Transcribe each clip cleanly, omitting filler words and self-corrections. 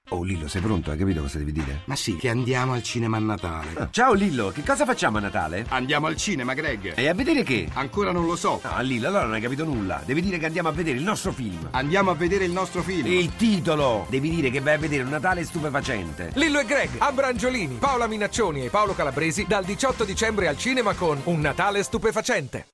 Oh Lillo, sei pronto? Hai capito cosa devi dire? Ma sì, che andiamo al cinema a Natale. Ciao Lillo, che cosa facciamo a Natale? Andiamo al cinema, Greg. E a vedere che? Ancora non lo so. No, Lillo, allora non hai capito nulla. Devi dire che andiamo a vedere il nostro film. Andiamo a vedere il nostro film. Il titolo! Devi dire che vai a vedere un Natale stupefacente. Lillo e Greg, Abrangiolini, Paola Minaccioni e Paolo Calabresi dal 18 dicembre al cinema con Un Natale stupefacente.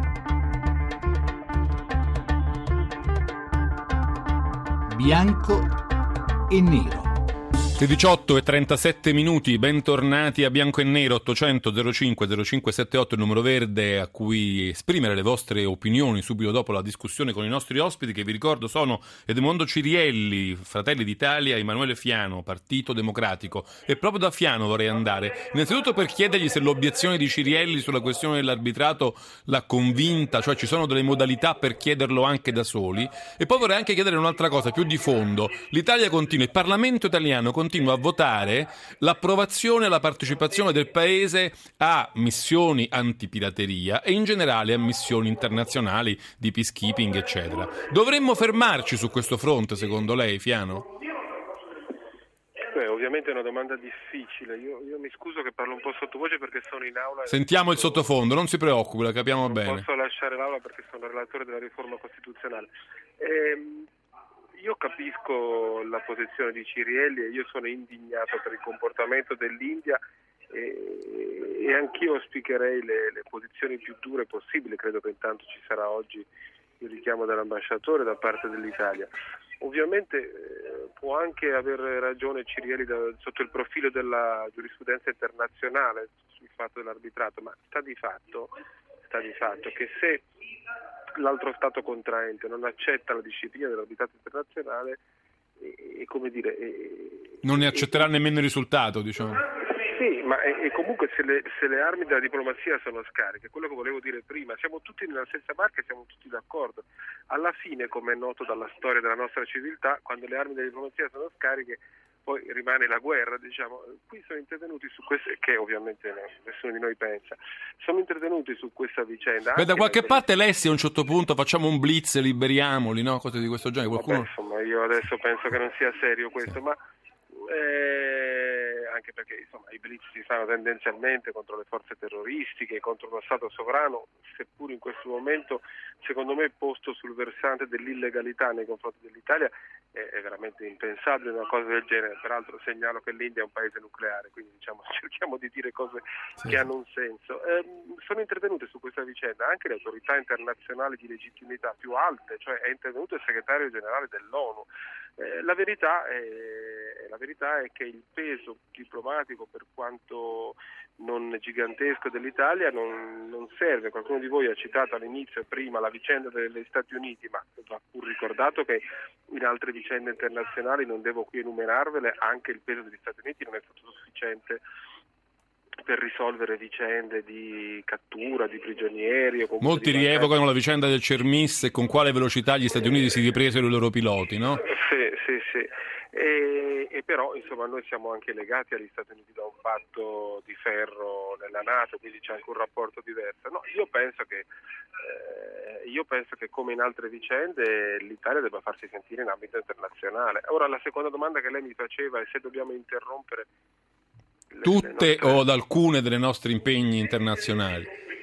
Bianco e nero. Le 18:37, bentornati a Bianco e Nero. 800 05 0578, il numero verde a cui esprimere le vostre opinioni subito dopo la discussione con i nostri ospiti, che vi ricordo sono Edmondo Cirielli, Fratelli d'Italia, Emanuele Fiano, Partito Democratico. E proprio da Fiano vorrei andare, innanzitutto per chiedergli se l'obiezione di Cirielli sulla questione dell'arbitrato l'ha convinta, cioè ci sono delle modalità per chiederlo anche da soli. E poi vorrei anche chiedere un'altra cosa più di fondo. L'Italia continua, il Parlamento italiano continua a votare l'approvazione e la partecipazione del Paese a missioni antipirateria e in generale a missioni internazionali di peacekeeping, eccetera. Dovremmo fermarci su questo fronte, secondo lei, Fiano? Ovviamente è una domanda difficile. Io mi scuso che parlo un po' sottovoce perché sono in aula. Sentiamo il sottofondo, non si preoccupi, la capiamo bene. Non posso lasciare l'aula perché sono relatore della riforma costituzionale. Io capisco la posizione di Cirielli e io sono indignato per il comportamento dell'India e anch'io auspicherei le posizioni più dure possibili. Credo che intanto ci sarà oggi il richiamo dell'ambasciatore da parte dell'Italia. Ovviamente può anche aver ragione Cirielli sotto il profilo della giurisprudenza internazionale sul fatto dell'arbitrato, ma sta di fatto che se l'altro Stato contraente non accetta la disciplina dell'arbitrato internazionale, non ne accetterà nemmeno il risultato, diciamo. Sì, ma comunque se le armi della diplomazia sono scariche, quello che volevo dire prima, siamo tutti nella stessa barca e siamo tutti d'accordo. Alla fine, come è noto dalla storia della nostra civiltà, quando le armi della diplomazia sono scariche, poi rimane la guerra, diciamo. Qui sono intervenuti su questo, che ovviamente nessuno di noi pensa, sono intervenuti su questa vicenda. Beh, da qualche parte lessi a un certo punto, facciamo un blitz, liberiamoli, no? Cose di questo genere. Qualcuno... Vabbè, insomma, io adesso penso che non sia serio questo, sì. Ma anche perché insomma i blitz si fanno tendenzialmente contro le forze terroristiche, contro uno Stato sovrano, seppur in questo momento secondo me posto sul versante dell'illegalità nei confronti dell'Italia. È veramente impensabile una cosa del genere. Peraltro segnalo che l'India è un paese nucleare, quindi diciamo cerchiamo di dire cose che hanno un senso. Sono intervenute su questa vicenda anche le autorità internazionali di legittimità più alte, cioè è intervenuto il segretario generale dell'ONU. La verità è che il peso diplomatico, per quanto non gigantesco, dell'Italia non serve. Qualcuno di voi ha citato all'inizio prima la vicenda degli Stati Uniti, ma va pur ricordato che in altre vicende internazionali, non devo qui enumerarvele, anche il peso degli Stati Uniti non è stato sufficiente per risolvere vicende di cattura, di prigionieri. O molti rievocano la vicenda del Cermis e con quale velocità gli Stati Uniti si ripresero i loro piloti, no? Sì. E però insomma noi siamo anche legati agli Stati Uniti da un patto di ferro nella NATO, quindi c'è anche un rapporto diverso. No, io penso che come in altre vicende l'Italia debba farsi sentire in ambito internazionale. Ora la seconda domanda che lei mi faceva è se dobbiamo interrompere tutte o ad alcune delle nostre impegni internazionali.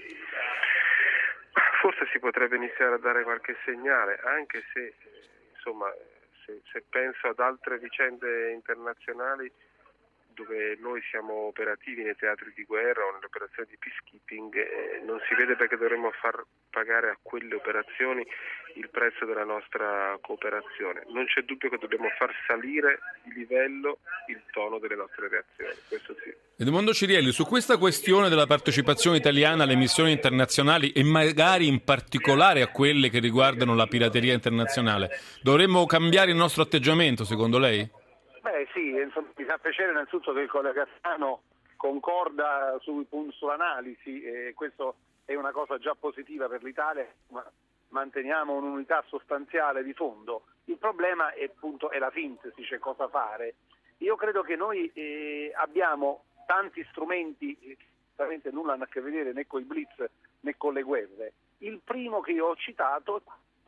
Forse si potrebbe iniziare a dare qualche segnale, anche se insomma se penso ad altre vicende internazionali dove noi siamo operativi nei teatri di guerra o nelle operazioni di peacekeeping, non si vede perché dovremmo far pagare a quelle operazioni il prezzo della nostra cooperazione. Non c'è dubbio che dobbiamo far salire di livello il tono delle nostre reazioni, questo sì. Edmondo Cirielli, su questa questione della partecipazione italiana alle missioni internazionali e magari in particolare a quelle che riguardano la pirateria internazionale, dovremmo cambiare il nostro atteggiamento, secondo lei? Beh sì, insomma, mi fa piacere innanzitutto che il collega Fiano concorda sull'analisi, e questo è una cosa già positiva per l'Italia, ma manteniamo un'unità sostanziale di fondo. Il problema è appunto la sintesi, cioè cosa fare. Io credo che noi abbiamo tanti strumenti che veramente nulla hanno a che vedere né con i blitz né con le guerre. Il primo che io ho citato è di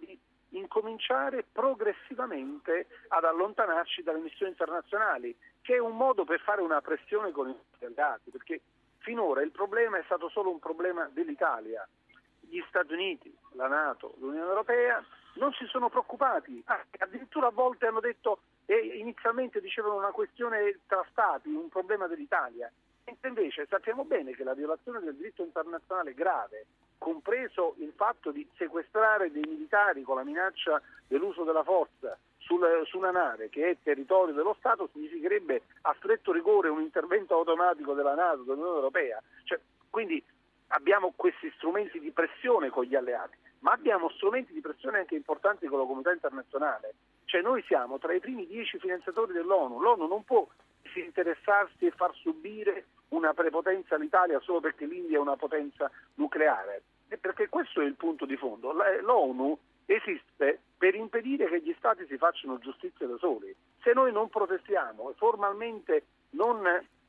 incominciare progressivamente ad allontanarci dalle missioni internazionali, che è un modo per fare una pressione con i nostri alleati, perché finora il problema è stato solo un problema dell'Italia. Gli Stati Uniti, la NATO, l'Unione Europea non si sono preoccupati, addirittura a volte hanno detto, inizialmente dicevano una questione tra stati, un problema dell'Italia. Invece sappiamo bene che la violazione del diritto internazionale grave, compreso il fatto di sequestrare dei militari con la minaccia dell'uso della forza su una nave che è territorio dello Stato, significherebbe a stretto rigore un intervento automatico della NATO, dell'Unione Europea. Quindi abbiamo questi strumenti di pressione con gli alleati, ma abbiamo strumenti di pressione anche importanti con la comunità internazionale. Noi siamo tra i primi 10 finanziatori dell'ONU. L'ONU non può interessarsi e far subire una prepotenza all'Italia solo perché l'India è una potenza nucleare, e perché questo è il punto di fondo. L'ONU esiste per impedire che gli Stati si facciano giustizia da soli. Se noi non protestiamo e formalmente non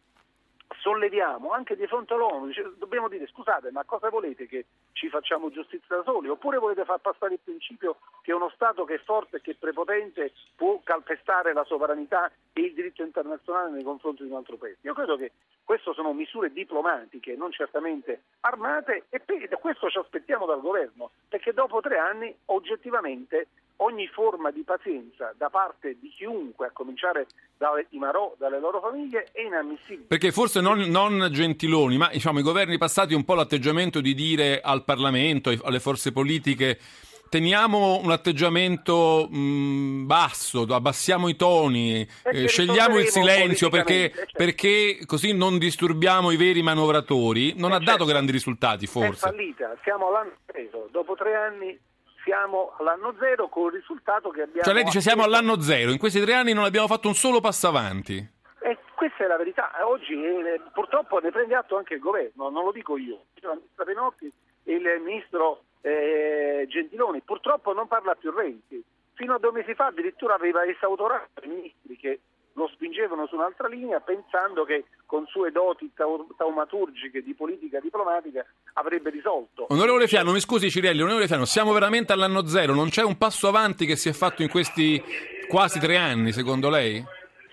solleviamo anche di fronte all'ONU, dobbiamo dire: scusate, ma cosa volete, che ci facciamo giustizia da soli? Oppure volete far passare il principio che uno Stato che è forte e che è prepotente può calpestare la sovranità e il diritto internazionale nei confronti di un altro paese? Io credo che queste sono misure diplomatiche, non certamente armate, e da questo ci aspettiamo dal governo, perché dopo 3 anni oggettivamente ogni forma di pazienza da parte di chiunque, a cominciare dai Marò, dalle loro famiglie, è inammissibile. Perché forse non Gentiloni, ma i governi passati un po' l'atteggiamento di dire al Parlamento, alle forze politiche: teniamo un atteggiamento basso, abbassiamo i toni, scegliamo il silenzio perché così non disturbiamo i veri manovratori. Non ha dato grandi risultati, forse. È fallita, siamo all'anno zero, dopo 3 anni siamo all'anno zero, con il risultato che abbiamo... Lei dice siamo all'anno zero, in questi 3 anni non abbiamo fatto un solo passo avanti. Questa è la verità. Oggi purtroppo ne prende atto anche il governo, non lo dico io, la ministra Pinotti e il ministro Gentiloni. Purtroppo non parla più Renzi. Fino a 2 mesi fa addirittura aveva esautorato i ministri che lo spingevano su un'altra linea, pensando che con sue doti taumaturgiche di politica diplomatica avrebbe risolto. Onorevole Fiano, mi scusi Cirielli, onorevole Fiano, siamo veramente all'anno zero? Non c'è un passo avanti che si è fatto in questi quasi 3 anni, secondo lei?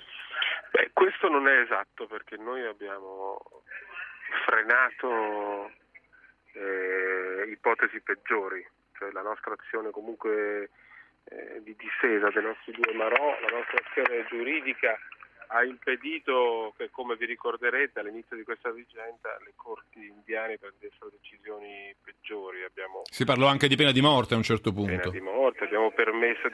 Questo non è esatto, perché noi abbiamo frenato ipotesi peggiori, cioè la nostra azione comunque di difesa dei nostri 2 Marò, la nostra azione giuridica ha impedito che, come vi ricorderete, all'inizio di questa vicenda le corti indiane prendessero decisioni peggiori. Si parlò anche di pena di morte a un certo punto. Pena di morte, abbiamo permesso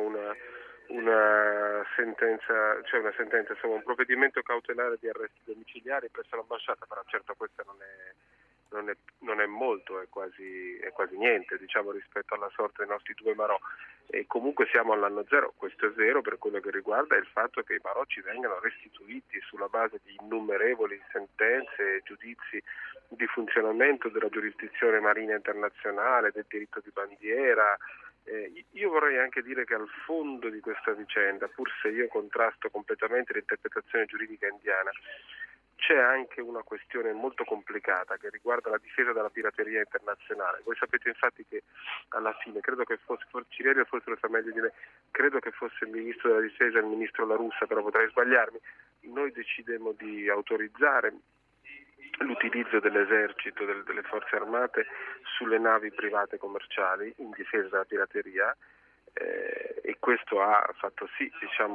una sentenza, insomma un provvedimento cautelare di arresti domiciliari presso l'ambasciata, però certo questa non è molto, è quasi niente, rispetto alla sorte dei nostri 2 Marò. E comunque siamo all'anno zero. Questo è vero per quello che riguarda il fatto che i Marò ci vengano restituiti sulla base di innumerevoli sentenze e giudizi di funzionamento della giurisdizione marina internazionale, del diritto di bandiera. Io vorrei anche dire che al fondo di questa vicenda, pur se io contrasto completamente l'interpretazione giuridica indiana, c'è anche una questione molto complicata che riguarda la difesa dalla pirateria internazionale. Voi sapete infatti che alla fine, credo che fosse Cirielli, forse lo sa meglio di me, credo che fosse il ministro della difesa, il ministro La Russa, però potrei sbagliarmi, noi decidemmo di autorizzare l'utilizzo dell'esercito, delle forze armate sulle navi private commerciali in difesa dalla pirateria, e questo ha fatto sì,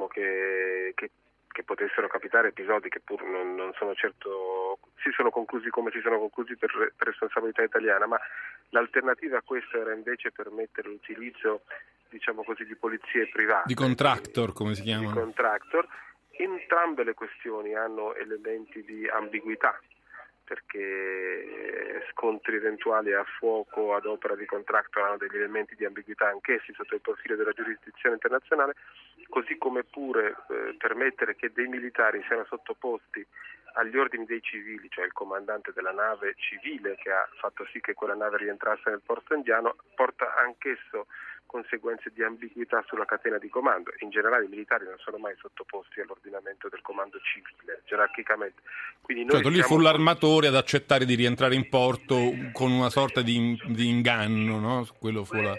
che potessero capitare episodi che pur non sono certo si sono conclusi come si sono conclusi per responsabilità italiana, ma l'alternativa a questo era invece permettere l'utilizzo, di polizie private, di contractor, come si chiamano? Di contractor. Entrambe le questioni hanno elementi di ambiguità, perché scontri eventuali a fuoco ad opera di contractor hanno degli elementi di ambiguità anch'essi sotto il profilo della giurisdizione internazionale, così come pure permettere che dei militari siano sottoposti agli ordini dei civili, cioè il comandante della nave civile che ha fatto sì che quella nave rientrasse nel porto indiano, porta anch'esso conseguenze di ambiguità sulla catena di comando. In generale i militari non sono mai sottoposti all'ordinamento del comando civile, gerarchicamente. Quindi noi lì fu l'armatore ad accettare di rientrare in porto con una sorta di inganno, no? Quello fu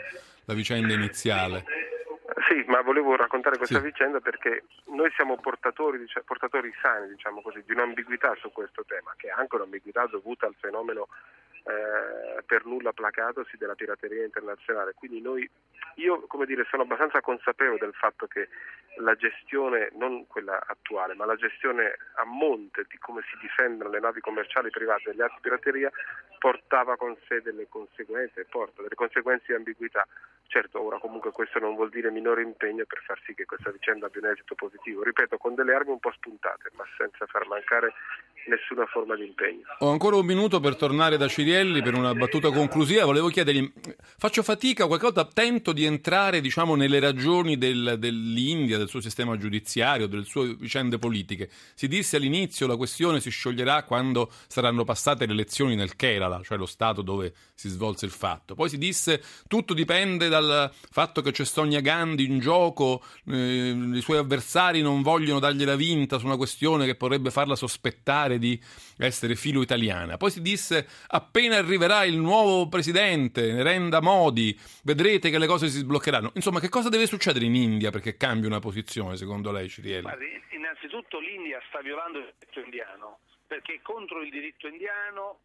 la vicenda iniziale. Sì, ma volevo raccontare questa Sì. vicenda perché noi siamo portatori sani, diciamo così, di un'ambiguità su questo tema, che è anche un'ambiguità dovuta al fenomeno per nulla placatosi della pirateria internazionale. Quindi io sono abbastanza consapevole del fatto che la gestione, non quella attuale, ma la gestione a monte di come si difendono le navi commerciali private dagli atti di pirateria portava con sé porta delle conseguenze di ambiguità. Certo, ora comunque questo non vuol dire minore impegno per far sì che questa vicenda abbia un esito positivo, ripeto, con delle armi un po' spuntate, ma senza far mancare nessuna forma di impegno. Ho ancora un minuto per tornare da Cirielli per una battuta conclusiva. Volevo chiedergli, faccio fatica, qualche volta tento di entrare nelle ragioni dell'India, del suo sistema giudiziario, delle sue vicende politiche. Si disse all'inizio la questione si scioglierà quando saranno passate le elezioni nel Kerala, cioè lo stato dove si svolse il fatto. Poi si disse tutto dipende dal fatto che c'è Sonia Gandhi in gioco, i suoi avversari non vogliono dargliela vinta su una questione che potrebbe farla sospettare di essere filo italiana. Poi si disse appena arriverà il nuovo presidente, Narendra Modi, vedrete che le cose si sbloccheranno. Insomma, che cosa deve succedere in India perché cambi una posizione, secondo lei, Cirielli? Guardi, innanzitutto l'India sta violando il diritto indiano, perché è contro il diritto indiano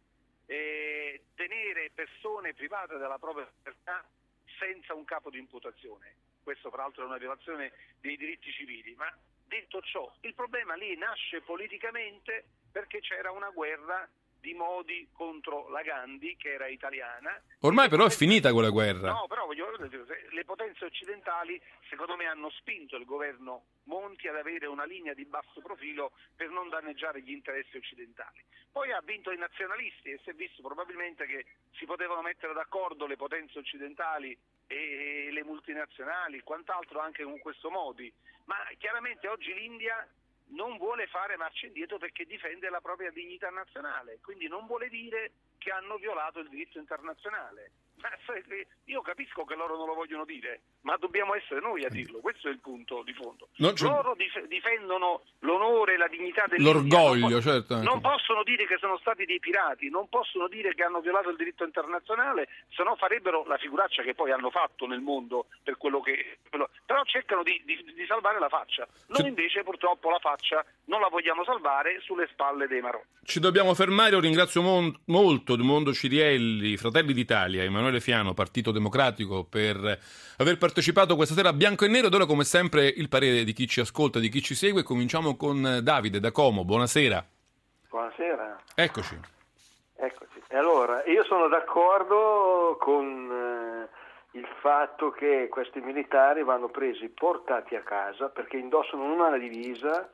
tenere persone private della propria libertà senza un capo di imputazione. Questo fra l'altro è una violazione dei diritti civili, ma detto ciò, il problema lì nasce politicamente perché c'era una guerra di Modi contro la Gandhi, che era italiana. Ormai però è finita quella guerra. No, però voglio dire, le potenze occidentali secondo me hanno spinto il governo Monti ad avere una linea di basso profilo per non danneggiare gli interessi occidentali. Poi ha vinto i nazionalisti e si è visto probabilmente che si potevano mettere d'accordo le potenze occidentali e le multinazionali, quant'altro anche con questo Modi. Ma chiaramente oggi l'India non vuole fare marcia indietro perché difende la propria dignità nazionale, quindi non vuole dire che hanno violato il diritto internazionale. Ma io capisco che loro non lo vogliono dire, ma dobbiamo essere noi a dirlo, questo è il punto di fondo. Loro difendono l'onore e la dignità dell'India. L'orgoglio, certo. Non possono dire che sono stati dei pirati, non possono dire che hanno violato il diritto internazionale, se no farebbero la figuraccia che poi hanno fatto nel mondo per però cercano di salvare la faccia. Noi invece purtroppo la faccia non la vogliamo salvare sulle spalle dei marò. Ci dobbiamo fermare, io ringrazio molto Edmondo Cirielli, Fratelli d'Italia, Emanuele Fiano, Partito Democratico, per aver partecipato questa sera a Bianco e Nero. Ed ora, come sempre, il parere di chi ci ascolta, di chi ci segue. Cominciamo con Davide da Como. Buonasera. Buonasera. Eccoci. E allora, io sono d'accordo con il fatto che questi militari vanno presi, portati a casa, perché indossano una divisa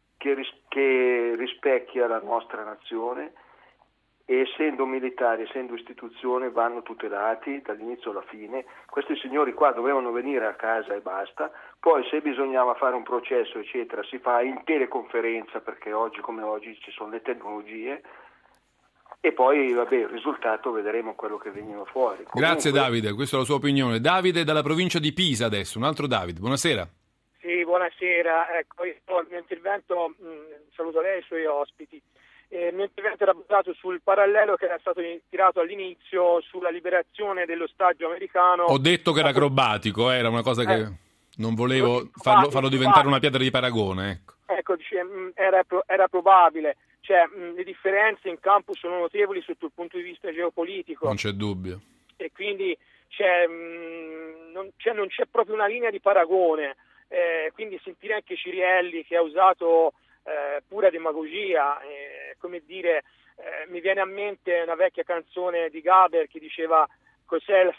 che rispecchia la nostra nazione, e essendo militari, essendo istituzione, vanno tutelati dall'inizio alla fine. Questi signori qua dovevano venire a casa e basta. Poi se bisognava fare un processo eccetera si fa in teleconferenza, perché oggi come oggi ci sono le tecnologie, e poi il risultato vedremo quello che veniva fuori. Grazie Davide, questa è la sua opinione. Davide dalla provincia di Pisa adesso, un altro Davide, buonasera. Sì, buonasera, ecco, io il mio intervento, saluto lei e i suoi ospiti. Il mio intervento era basato sul parallelo che era stato tirato all'inizio sulla liberazione dell'ostaggio americano. Ho detto che era acrobatico, era una cosa che non volevo farlo diventare una pietra di paragone. Ecco, era probabile. Cioè, le differenze in campo sono notevoli sotto il punto di vista geopolitico. Non c'è dubbio. E quindi non c'è proprio una linea di paragone. Quindi sentire anche Cirielli che ha usato pura demagogia, come dire, mi viene a mente una vecchia canzone di Gaber che diceva cos'è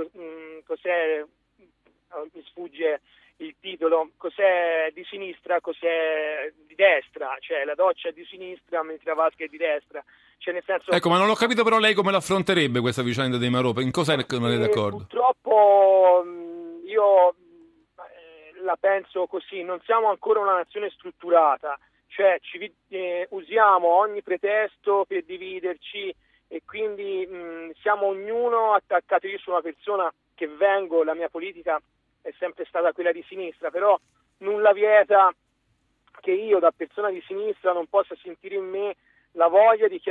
mi sfugge il titolo, cos'è di sinistra, cos'è di destra, cioè la doccia è di sinistra mentre la vasca è di destra, cioè nel senso... Ecco, ma non ho capito però lei come l'affronterebbe questa vicenda dei marò, in cosa non è d'accordo? Purtroppo io la penso così, non siamo ancora una nazione strutturata, cioè usiamo ogni pretesto per dividerci e quindi siamo ognuno attaccato. Io sono una persona che la mia politica è sempre stata quella di sinistra, però nulla vieta che io da persona di sinistra non possa sentire in me la voglia di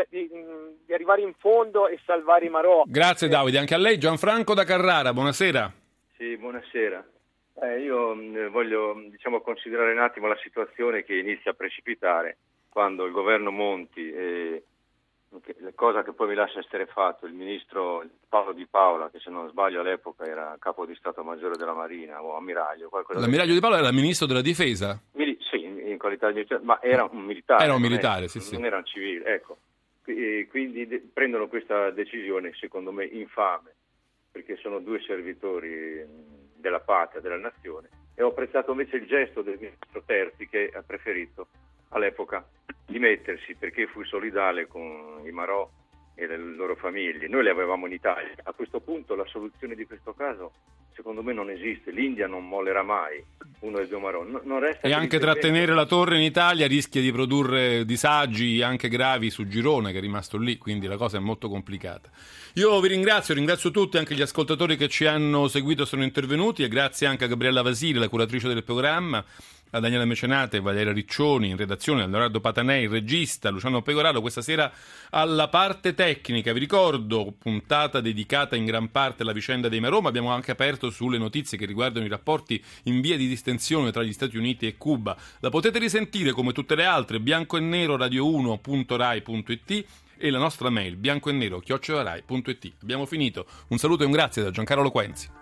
arrivare in fondo e salvare i marò. Grazie Davide, anche a lei. Gianfranco da Carrara, buonasera. Sì, buonasera. Io voglio considerare un attimo la situazione che inizia a precipitare quando il governo Monti, cosa che poi mi lascia esterrefatto, il ministro Paolo Di Paola, che se non sbaglio all'epoca era capo di Stato Maggiore della Marina o ammiraglio. L'ammiraglio Di Paola era ministro della difesa? Sì, in qualità di ma era un militare. Era un militare, sì. Non era un civile, ecco. E quindi prendono questa decisione, secondo me, infame, perché sono due servitori della patria, della nazione, e ho apprezzato invece il gesto del ministro Terzi, che ha preferito all'epoca dimettersi perché fu solidale con i Marò e le loro famiglie. Noi le avevamo in Italia. A questo punto la soluzione di questo caso secondo me non esiste. L'India non mollerà mai uno dei due Marò. Non resta e anche trattenere la torre in Italia rischia di produrre disagi anche gravi su Girone, che è rimasto lì, quindi la cosa è molto complicata. Io vi ringrazio tutti, anche gli ascoltatori che ci hanno seguito e sono intervenuti, e grazie anche a Gabriella Vasili, la curatrice del programma, a Daniela Mecenate, Valeria Riccioni in redazione, a Leonardo Patanei, il regista, Luciano Pegoraro questa sera alla parte tecnica. Vi ricordo, puntata dedicata in gran parte alla vicenda dei Marò, ma abbiamo anche aperto sulle notizie che riguardano i rapporti in via di distensione tra gli Stati Uniti e Cuba. La potete risentire come tutte le altre, bianco e nero radio1.rai.it e la nostra mail biancoenero@rai.it. Abbiamo finito. Un saluto e un grazie da Giancarlo Quenzi.